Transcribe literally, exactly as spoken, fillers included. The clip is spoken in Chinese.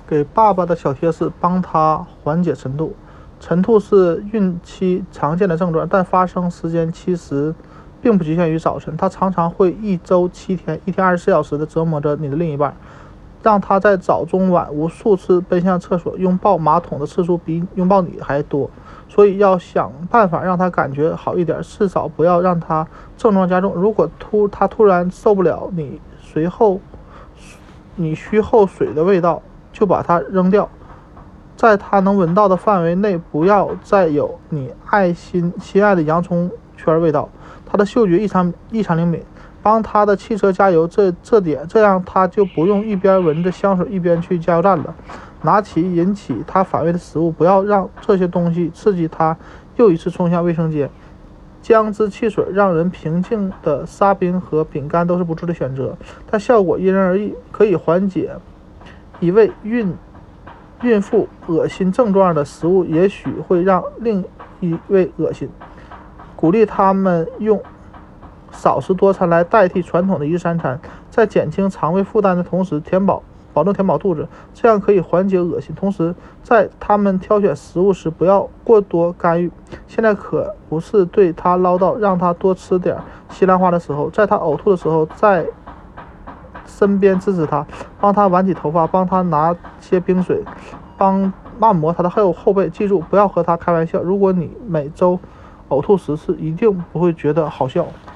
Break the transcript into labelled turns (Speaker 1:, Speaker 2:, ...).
Speaker 1: 给爸爸的小贴士，帮他缓解晨吐。晨吐是孕期常见的症状，但发生时间其实并不局限于早晨，它常常会一周七天、一天二十四小时的折磨着你的另一半，让他在早中晚无数次奔向厕所、拥抱马桶的次数比拥抱你还多。所以要想办法让他感觉好一点，至少不要让他症状加重。如果突他突然受不了你随后你虚后水的味道，就把它扔掉，在他能闻到的范围内，不要再有你爱心心爱的洋葱圈味道。他的嗅觉异常异常灵敏，帮他的汽车加油，这这点这样他就不用一边闻着香水一边去加油站了。拿起引起他反胃的食物，不要让这些东西刺激他又一次冲向卫生间。姜汁汽水、让人平静的沙冰和饼干都是不错的选择，但效果因人而异。可以缓解一位孕孕妇恶心症状的食物，也许会让另一位恶心。鼓励他们用少食多餐来代替传统的一日三餐，在减轻肠胃负担的同时填饱保证填饱肚子，这样可以缓解恶心。同时在他们挑选食物时不要过多干预。现在可不是对他唠叨让他多吃点西兰花的时候，在他呕吐的时候在身边支持他，帮他挽起头发，帮他拿些冰水，帮按摩他的后后背。记住不要和他开玩笑，如果你每周呕吐十次一定不会觉得好笑。